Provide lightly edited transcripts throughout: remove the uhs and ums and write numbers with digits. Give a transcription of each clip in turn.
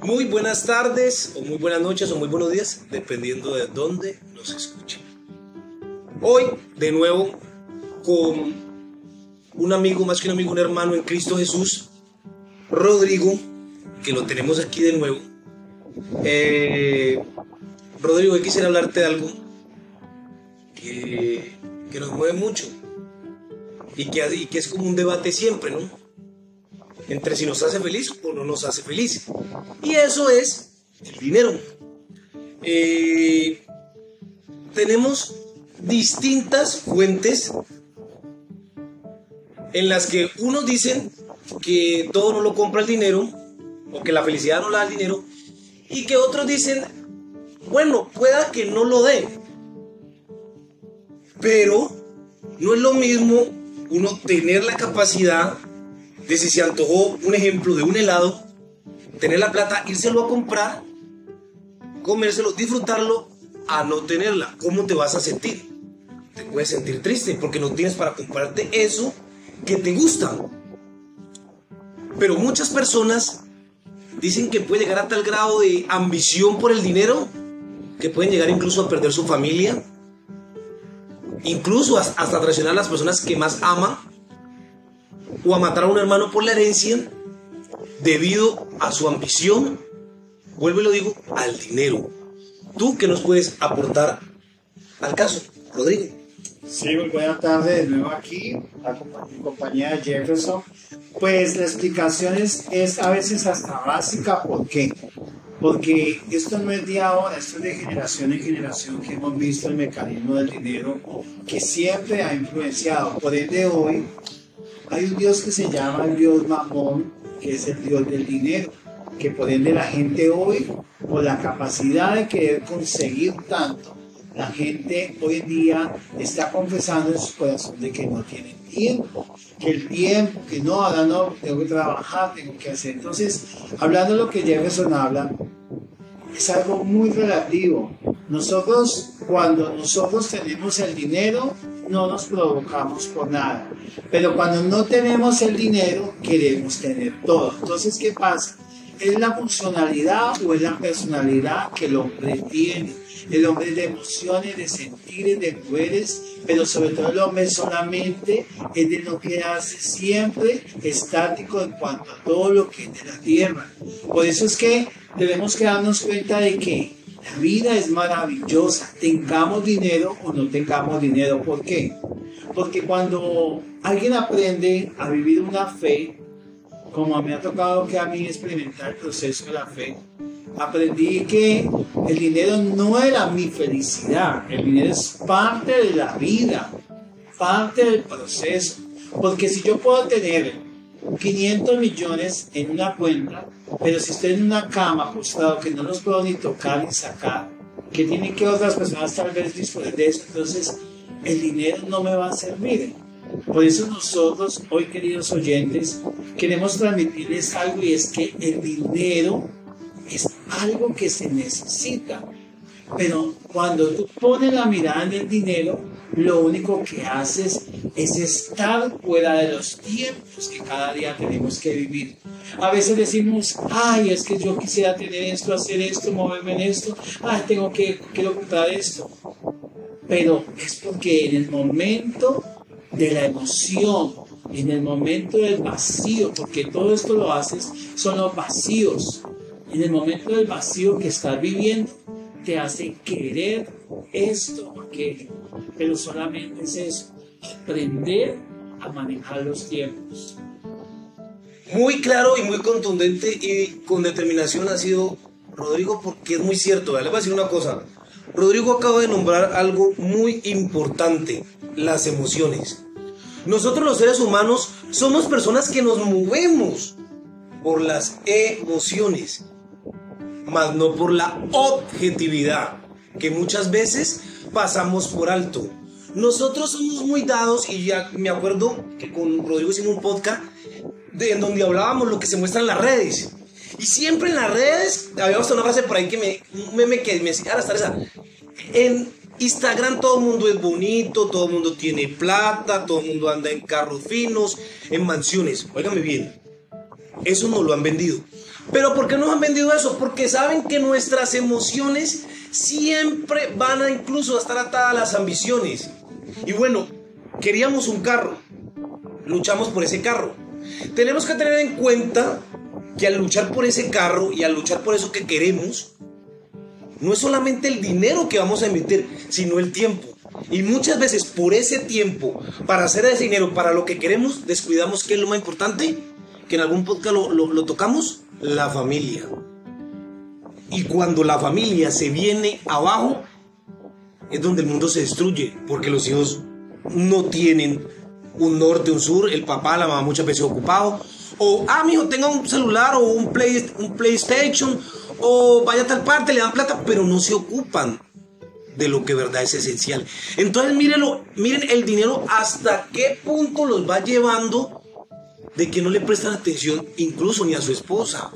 Muy buenas tardes, o muy buenas noches, o muy buenos días, dependiendo de dónde nos escuchen. Hoy, de nuevo, con un amigo, más que un amigo, un hermano en Cristo Jesús, Rodrigo, que lo tenemos aquí de nuevo. Rodrigo, hoy quisiera hablarte de algo que nos mueve mucho y que es como un debate siempre, ¿no? Entre si nos hace feliz o no nos hace feliz. Y eso es el dinero. Tenemos distintas fuentes en las que unos dicen que todo no lo compra el dinero, o que la felicidad no la da el dinero, y que otros dicen, bueno, pueda que no lo dé, pero no es lo mismo uno tener la capacidad de, si se antojó, un ejemplo de un helado, tener la plata, írselo a comprar, comérselo, disfrutarlo, a no tenerla. ¿Cómo te vas a sentir? Te puedes sentir triste porque no tienes para comprarte eso que te gusta. Pero muchas personas dicen que puede llegar a tal grado de ambición por el dinero que pueden llegar incluso a perder su familia, incluso hasta traicionar a las personas que más aman, o a matar a un hermano por la herencia debido a su ambición, vuelvo y lo digo, al dinero. ¿Tú qué nos puedes aportar al caso, Rodrigo? Sí, muy buena tarde de nuevo aquí, en compañía de Jefferson. Pues la explicación es a veces hasta básica. ¿Por qué? Porque esto no es de ahora, esto es de generación en generación que hemos visto el mecanismo del dinero que siempre ha influenciado. Por ende, hoy hay un Dios que se llama el Dios Mamón, que es el Dios del dinero, que por ende la gente hoy, por la capacidad de querer conseguir tanto, la gente hoy en día está confesando en su corazón de que no tienen tiempo, que el tiempo, que no, ahora no, tengo que trabajar, tengo que hacer. Entonces, hablando de lo que Jefferson habla, es algo muy relativo. Cuando nosotros tenemos el dinero, no nos provocamos por nada. Pero cuando no tenemos el dinero, queremos tener todo. Entonces, ¿qué pasa? ¿Es la funcionalidad o es la personalidad que el hombre tiene? El hombre es de emociones, de sentires, de mujeres, pero sobre todo el hombre solamente es de lo que hace siempre estático en cuanto a todo lo que es de la tierra. Por eso es que debemos que darnos cuenta de que la vida es maravillosa, tengamos dinero o no tengamos dinero. ¿Por qué? Porque cuando alguien aprende a vivir una fe, como me ha tocado que a mí experimentar el proceso de la fe, aprendí que el dinero no era mi felicidad, el dinero es parte de la vida, parte del proceso. Porque si yo puedo tener 500 millones en una cuenta, pero si estoy en una cama acostado que no los puedo ni tocar ni sacar, que tienen que otras personas tal vez disponer de eso, entonces el dinero no me va a servir. Por eso nosotros, hoy, queridos oyentes, queremos transmitirles algo, y es que el dinero es algo que se necesita. Pero cuando tú pones la mirada en el dinero, lo único que haces es estar fuera de los tiempos que cada día tenemos que vivir. A veces decimos, ay, es que yo quisiera tener esto, hacer esto, moverme en esto, ay, quiero comprar esto. Pero es porque en el momento de la emoción, en el momento del vacío, porque todo esto lo haces, son los vacíos. En el momento del vacío que estás viviendo, te hace querer esto o aquello. Pero solamente es eso, aprender a manejar los tiempos. Muy claro y muy contundente y con determinación ha sido Rodrigo, porque es muy cierto. Les voy a decir una cosa. Rodrigo acaba de nombrar algo muy importante: las emociones. Nosotros los seres humanos somos personas que nos movemos por las emociones, más no por la objetividad, que muchas veces pasamos por alto. Nosotros somos muy dados, y ya me acuerdo que con Rodrigo hicimos un podcast en donde hablábamos lo que se muestra en las redes. Y siempre en las redes, había hasta una frase por ahí un meme que me decía, hasta esa, en Instagram todo el mundo es bonito, todo el mundo tiene plata, todo el mundo anda en carros finos, en mansiones. Óigame bien, eso nos lo han vendido. ¿Pero por qué nos han vendido eso? Porque saben que nuestras emociones siempre van a incluso estar atadas a las ambiciones. Y bueno, queríamos un carro, luchamos por ese carro. Tenemos que tener en cuenta que al luchar por ese carro y al luchar por eso que queremos, no es solamente el dinero que vamos a emitir, sino el tiempo. Y muchas veces por ese tiempo, para hacer ese dinero, para lo que queremos, descuidamos que es lo más importante, que en algún podcast lo tocamos, la familia. Y cuando la familia se viene abajo, es donde el mundo se destruye, porque los hijos no tienen un norte, un sur, el papá, la mamá muchas veces ocupado, o mijo, tenga un celular o un PlayStation, o vaya a tal parte, le dan plata, pero no se ocupan de lo que de verdad es esencial. Entonces miren el dinero hasta qué punto los va llevando, de que no le prestan atención incluso ni a su esposa.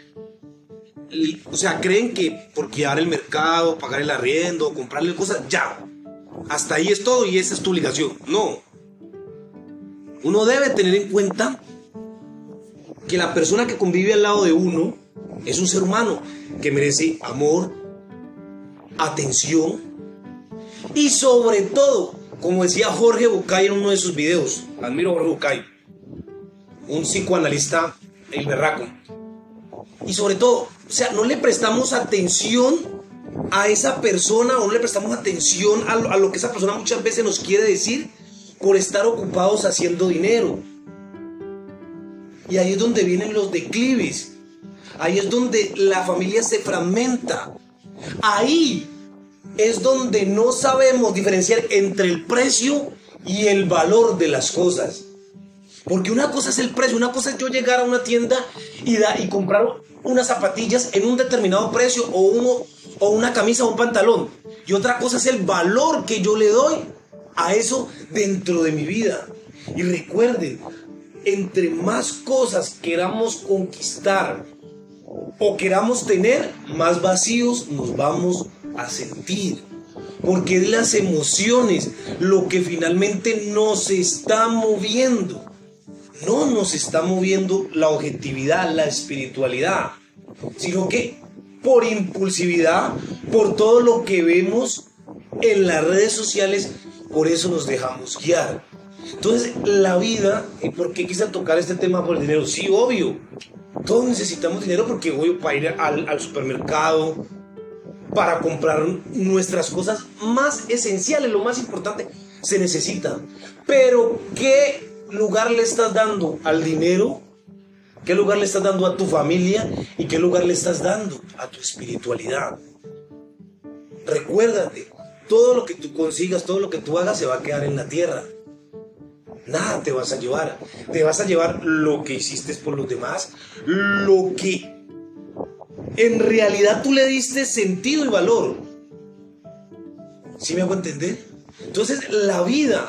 O sea, creen que por guiar el mercado, pagar el arriendo, comprarle cosas, ya, hasta ahí es todo y esa es tu obligación. No, uno debe tener en cuenta que la persona que convive al lado de uno es un ser humano que merece amor, atención y sobre todo, como decía Jorge Bucay en uno de sus videos, admiro a Jorge Bucay, un psicoanalista el berraco, y sobre todo, o sea, no le prestamos atención a esa persona o no le prestamos atención a lo que esa persona muchas veces nos quiere decir por estar ocupados haciendo dinero. Y ahí es donde vienen los declives, ahí es donde la familia se fragmenta, ahí es donde no sabemos diferenciar entre el precio y el valor de las cosas. Porque una cosa es el precio, una cosa es yo llegar a una tienda y comprar unas zapatillas en un determinado precio o una camisa o un pantalón. Y otra cosa es el valor que yo le doy a eso dentro de mi vida. Y recuerden, entre más cosas queramos conquistar o queramos tener, más vacíos nos vamos a sentir. Porque es las emociones lo que finalmente nos está moviendo. No nos está moviendo la objetividad, la espiritualidad, sino que por impulsividad, por todo lo que vemos en las redes sociales, por eso nos dejamos guiar. Entonces, la vida, ¿y por qué quise tocar este tema por el dinero? Sí, obvio, todos necesitamos dinero porque obvio para ir al supermercado, para comprar nuestras cosas más esenciales, lo más importante, se necesita. Pero, ¿qué lugar le estás dando al dinero? ¿Qué lugar le estás dando a tu familia? ¿Y qué lugar le estás dando a tu espiritualidad? Recuérdate, todo lo que tú consigas, todo lo que tú hagas se va a quedar en la tierra. Nada te vas a llevar. Te vas a llevar lo que hiciste por los demás, lo que en realidad tú le diste sentido y valor. ¿Sí me hago entender? Entonces la vida,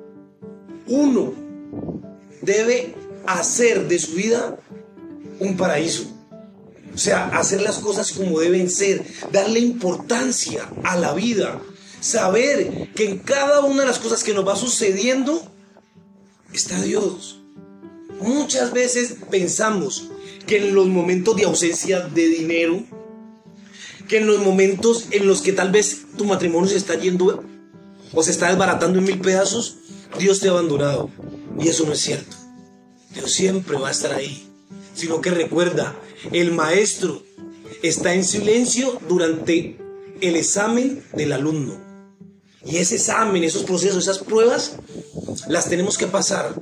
uno debe hacer de su vida un paraíso. O sea, hacer las cosas como deben ser, darle importancia a la vida, saber que en cada una de las cosas que nos va sucediendo está Dios. Muchas veces pensamos que en los momentos de ausencia de dinero, que en los momentos en los que tal vez tu matrimonio se está yendo o se está desbaratando en 1000 pedazos, Dios te ha abandonado. Y eso no es cierto. Dios siempre va a estar ahí. Sino que recuerda, el maestro está en silencio durante el examen del alumno. Y ese examen, esos procesos, esas pruebas, las tenemos que pasar.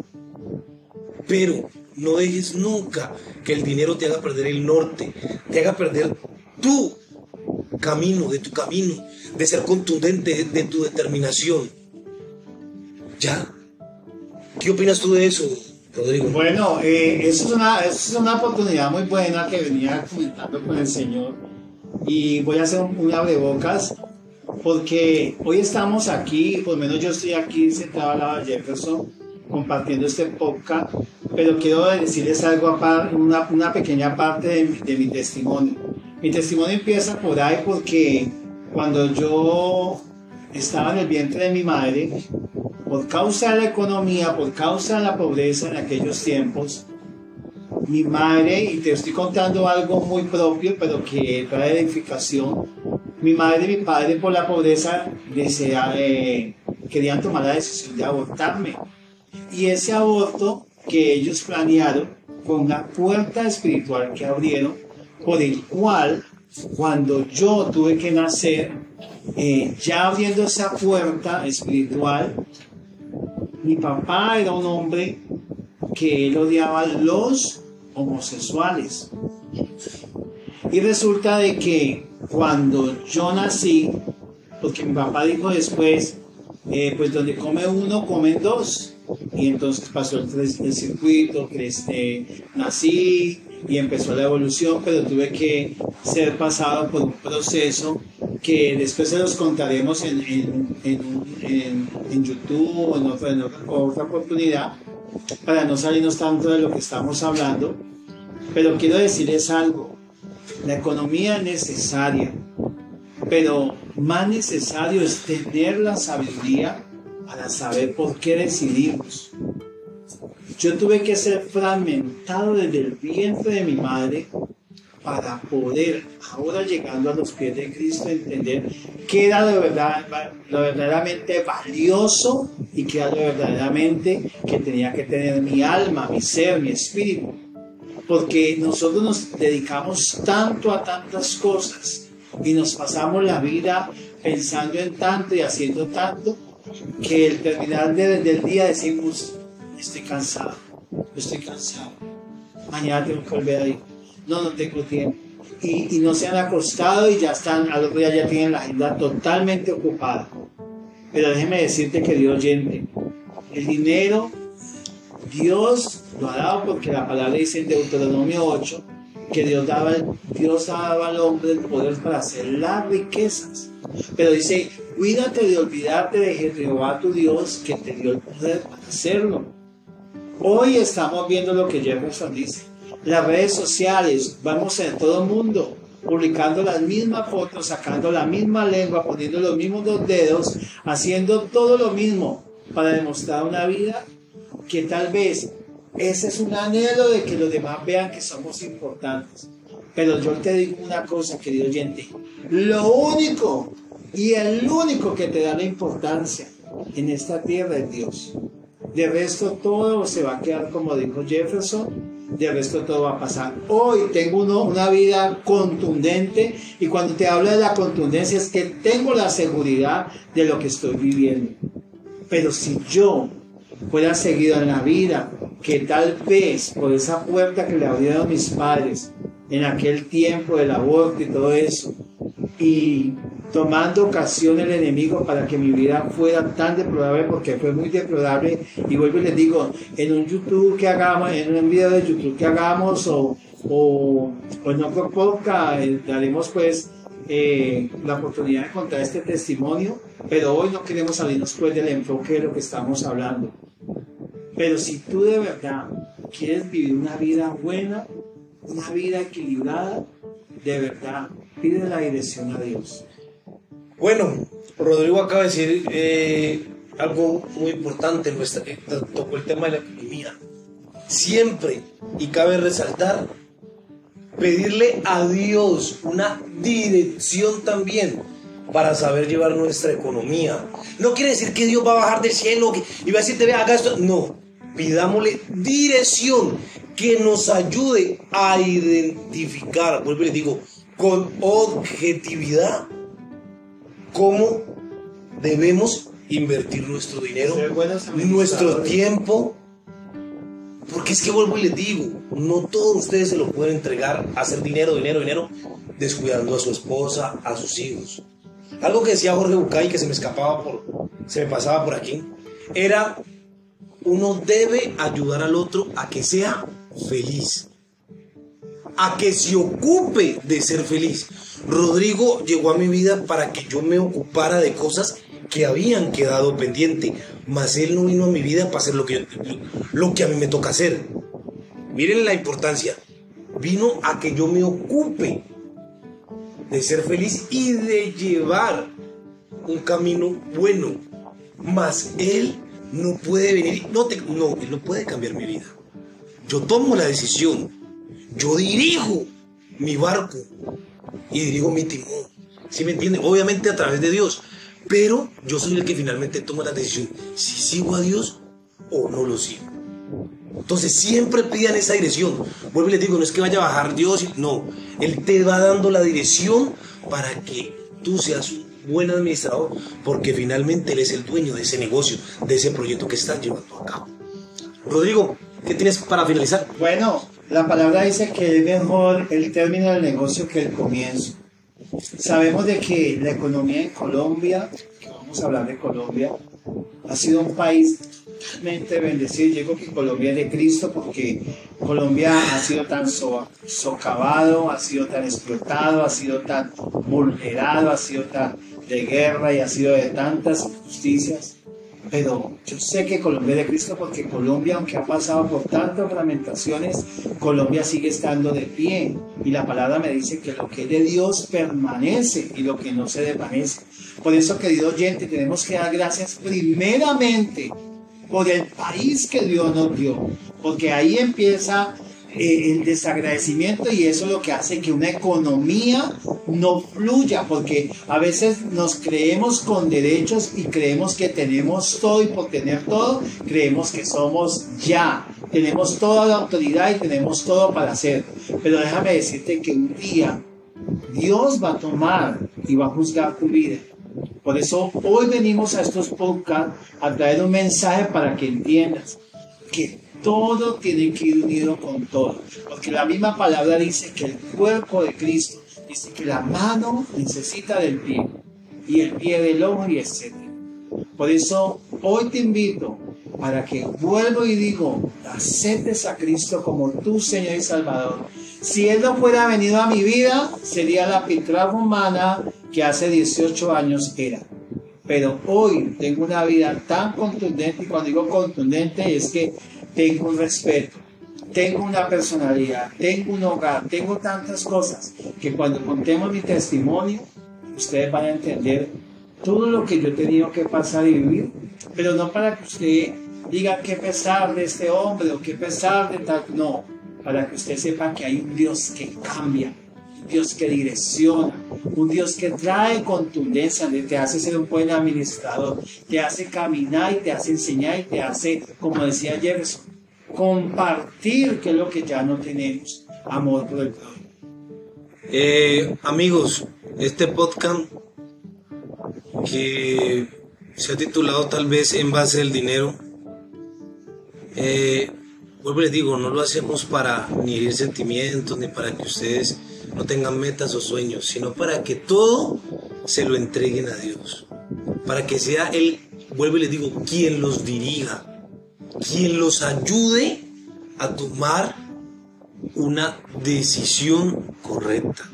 Pero no dejes nunca que el dinero te haga perder el norte, te haga perder tu camino, de ser contundente, de tu determinación. ¿Ya? ¿Qué opinas tú de eso, Rodrigo? Bueno, eso es una oportunidad muy buena que venía comentando con el Señor. Y voy a hacer un abrebocas, porque hoy estamos aquí, por lo menos yo estoy aquí sentado al lado de Jefferson, compartiendo este podcast, pero quiero decirles algo, una pequeña parte de mi testimonio. Mi testimonio empieza por ahí porque cuando yo estaba en el vientre de mi madre, por causa de la economía, por causa de la pobreza en aquellos tiempos, mi madre, y te estoy contando algo muy propio, pero que trae edificación. Mi madre y mi padre, por la pobreza, querían tomar la decisión de abortarme. Y ese aborto que ellos planearon fue una puerta espiritual que abrieron, por el cual, cuando yo tuve que nacer, ya abriendo esa puerta espiritual, mi papá era un hombre que él odiaba a los homosexuales. Y resulta de que cuando yo nací, porque mi papá dijo después, pues donde come uno, comen dos. Y entonces pasó el circuito, nací y empezó la evolución, pero tuve que ser pasado por un proceso que después se los contaremos en YouTube o en otra oportunidad, para no salirnos tanto de lo que estamos hablando. Pero quiero decirles algo: la economía es necesaria, pero más necesario es tener la sabiduría para saber por qué decidimos. Yo tuve que ser fragmentado desde el vientre de mi madre para poder, ahora llegando a los pies de Cristo, entender qué era lo verdaderamente valioso y qué era lo verdaderamente que tenía que tener mi alma, mi ser, mi espíritu. Porque nosotros nos dedicamos tanto a tantas cosas y nos pasamos la vida pensando en tanto y haciendo tanto, que al terminar del día decimos: estoy cansado, mañana tengo que volver a ir, no tengo tiempo. Y no se han acostado y ya están, al otro día ya tienen la agenda totalmente ocupada. Pero déjeme decirte, querido oyente, el dinero Dios lo ha dado, porque la palabra dice en Deuteronomio 8 que Dios daba al hombre el poder para hacer las riquezas. Pero dice: cuídate de olvidarte de Jehová tu Dios, que te dio el poder para hacerlo. Hoy estamos viendo lo que Jefferson dice. Las redes sociales, vamos en todo el mundo publicando las mismas fotos, sacando la misma lengua, poniendo los mismos dos dedos, haciendo todo lo mismo para demostrar una vida que tal vez ese es un anhelo de que los demás vean que somos importantes. Pero yo te digo una cosa, querido oyente: lo único y el único que te da la importancia en esta tierra es Dios. De resto todo se va a quedar como dijo Jefferson, de resto todo va a pasar. Hoy tengo una vida contundente, y cuando te hablo de la contundencia es que tengo la seguridad de lo que estoy viviendo. Pero si yo fuera seguido en la vida, que tal vez por esa puerta que le abrieron mis padres en aquel tiempo del aborto y todo eso, y tomando ocasión el enemigo para que mi vida fuera tan deplorable, porque fue muy deplorable. Y vuelvo y les digo, en un YouTube que hagamos, en un video de YouTube que hagamos, o en otro podcast, daremos pues la oportunidad de contar este testimonio. Pero hoy no queremos salirnos pues del enfoque de lo que estamos hablando. Pero si tú de verdad quieres vivir una vida buena, una vida equilibrada, de verdad, pide la dirección a Dios. Bueno, Rodrigo acaba de decir algo muy importante, tocó el tema de la economía. Siempre, y cabe resaltar, pedirle a Dios una dirección también para saber llevar nuestra economía. No quiere decir que Dios va a bajar del cielo y va a decirte: ve, haga esto. No, pidámosle dirección, que nos ayude a identificar, vuelvo y les digo, con objetividad, cómo debemos invertir nuestro dinero, nuestro tiempo. Porque es que vuelvo y les digo, no todos ustedes se lo pueden entregar a hacer dinero, descuidando a su esposa, a sus hijos. Algo que decía Jorge Bucay, que se me pasaba por aquí, era: uno debe ayudar al otro a que sea feliz, a que se ocupe de ser feliz. Rodrigo llegó a mi vida para que yo me ocupara de cosas que habían quedado pendientes, mas él no vino a mi vida para hacer lo que a mí me toca hacer. Miren la importancia. Vino a que yo me ocupe de ser feliz y de llevar un camino bueno. Mas él no puede venir, él no puede cambiar mi vida. yo tomo la decisión, yo dirijo mi barco y dirijo mi timón. ¿Sí me entienden? Obviamente a través de Dios, pero yo soy el que finalmente toma la decisión si sigo a Dios o no lo sigo. Entonces siempre pidan esa dirección. Vuelvo y les digo, no es que vaya a bajar Dios, no, Él te va dando la dirección para que tú seas un buen administrador, porque finalmente Él es el dueño de ese negocio, de ese proyecto que estás llevando a cabo. Rodrigo, ¿qué tienes para finalizar? Bueno, la palabra dice que es mejor el término del negocio que el comienzo. Sabemos de que la economía en Colombia, que vamos a hablar de Colombia, ha sido un país realmente bendecido. Yo digo que Colombia es de Cristo porque Colombia ha sido tan socavado, ha sido tan explotado, ha sido tan vulnerado, ha sido tan de guerra y ha sido de tantas injusticias. Pero yo sé que Colombia es de Cristo porque Colombia, aunque ha pasado por tantas fragmentaciones, Colombia sigue estando de pie. Y la palabra me dice que lo que es de Dios permanece y lo que no se desvanece. Por eso, querido oyente, tenemos que dar gracias primeramente por el país que Dios nos dio. Porque ahí empieza el desagradecimiento y eso es lo que hace que una economía no fluya, porque a veces nos creemos con derechos y creemos que tenemos todo y por tener todo creemos que somos ya, tenemos toda la autoridad y tenemos todo para hacer. Pero déjame decirte que un día Dios va a tomar y va a juzgar tu vida. Por eso hoy venimos a estos podcasts a traer un mensaje para que entiendas que todo tiene que ir unido con todo, porque la misma palabra dice que el cuerpo de Cristo, dice que la mano necesita del pie y el pie del ojo y etc. Por eso hoy te invito para que vuelvo y digo, aceptes a Cristo como tu Señor y Salvador. Si Él no fuera venido a mi vida, sería la piltrafa humana que hace 18 años era. Pero hoy tengo una vida tan contundente, y cuando digo contundente es que tengo un respeto, tengo una personalidad, tengo un hogar, tengo tantas cosas que cuando contemos mi testimonio, ustedes van a entender todo lo que yo he tenido que pasar y vivir, pero no para que usted diga qué pesar de este hombre o qué pesar de tal, no, para que usted sepa que hay un Dios que cambia, un Dios que direcciona, un Dios que trae contundencia, te hace ser un buen administrador, te hace caminar y te hace enseñar y te hace, como decía Jefferson, compartir, que es lo que ya no tenemos, amor por el prójimo. Amigos, este podcast que se ha titulado tal vez En base al dinero, vuelvo y les digo, no lo hacemos para ni herir sentimientos, ni para que ustedes no tengan metas o sueños, sino para que todo se lo entreguen a Dios, para que sea Él, vuelvo y les digo, quien los dirija, quien los ayude a tomar una decisión correcta.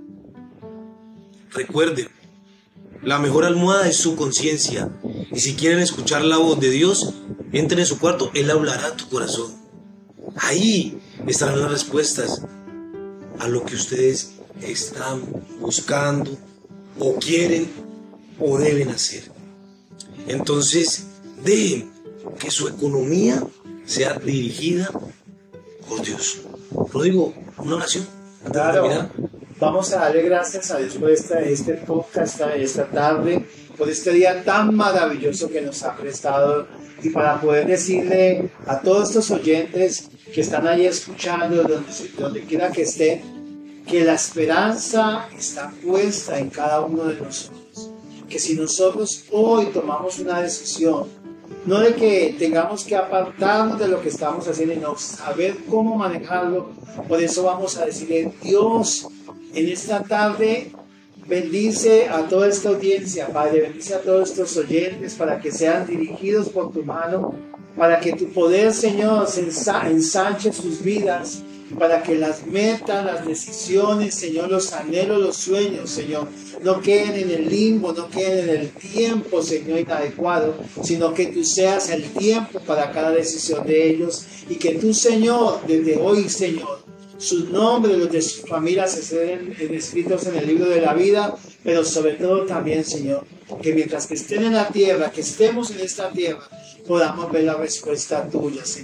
Recuerden, la mejor almohada es su conciencia, y si quieren escuchar la voz de Dios, entren en su cuarto, Él hablará a tu corazón. Ahí estarán las respuestas a lo que ustedes están buscando o quieren o deben hacer. Entonces, dejen que su economía sea dirigida por Dios. Rodrigo, una oración antes de terminar. Vamos a darle gracias a Dios por este podcast, esta tarde, por este día tan maravilloso que nos ha prestado, y para poder decirle a todos estos oyentes que están ahí escuchando, donde quiera que estén, que la esperanza está puesta en cada uno de nosotros. Que si nosotros hoy tomamos una decisión, no de que tengamos que apartarnos de lo que estamos haciendo, sino saber cómo manejarlo, por eso vamos a decirle, Dios, en esta tarde, bendice a toda esta audiencia, Padre, bendice a todos estos oyentes para que sean dirigidos por tu mano, para que tu poder, Señor, ensanche sus vidas, para que las metas, las decisiones, Señor, los anhelos, los sueños, Señor, no queden en el limbo, no queden en el tiempo, Señor, inadecuado, sino que tú seas el tiempo para cada decisión de ellos, y que tú, Señor, desde hoy, Señor, sus nombres, los de sus familias estén escritos en el libro de la vida, pero sobre todo también, Señor, que mientras que estén en la tierra, que estemos en esta tierra, podamos ver la respuesta tuya, Señor.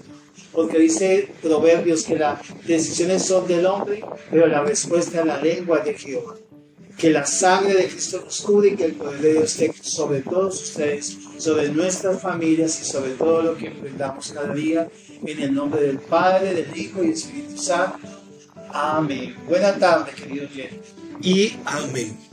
porque dice Proverbios que las decisiones son del hombre, pero la respuesta en la lengua es de Jehová. Que la sangre de Cristo nos cubre y que el poder de Dios esté sobre todos ustedes, sobre nuestras familias y sobre todo lo que emprendamos cada día, en el nombre del Padre, del Hijo y del Espíritu Santo. Amén. Buena tarde, querido Jenny. Y amén.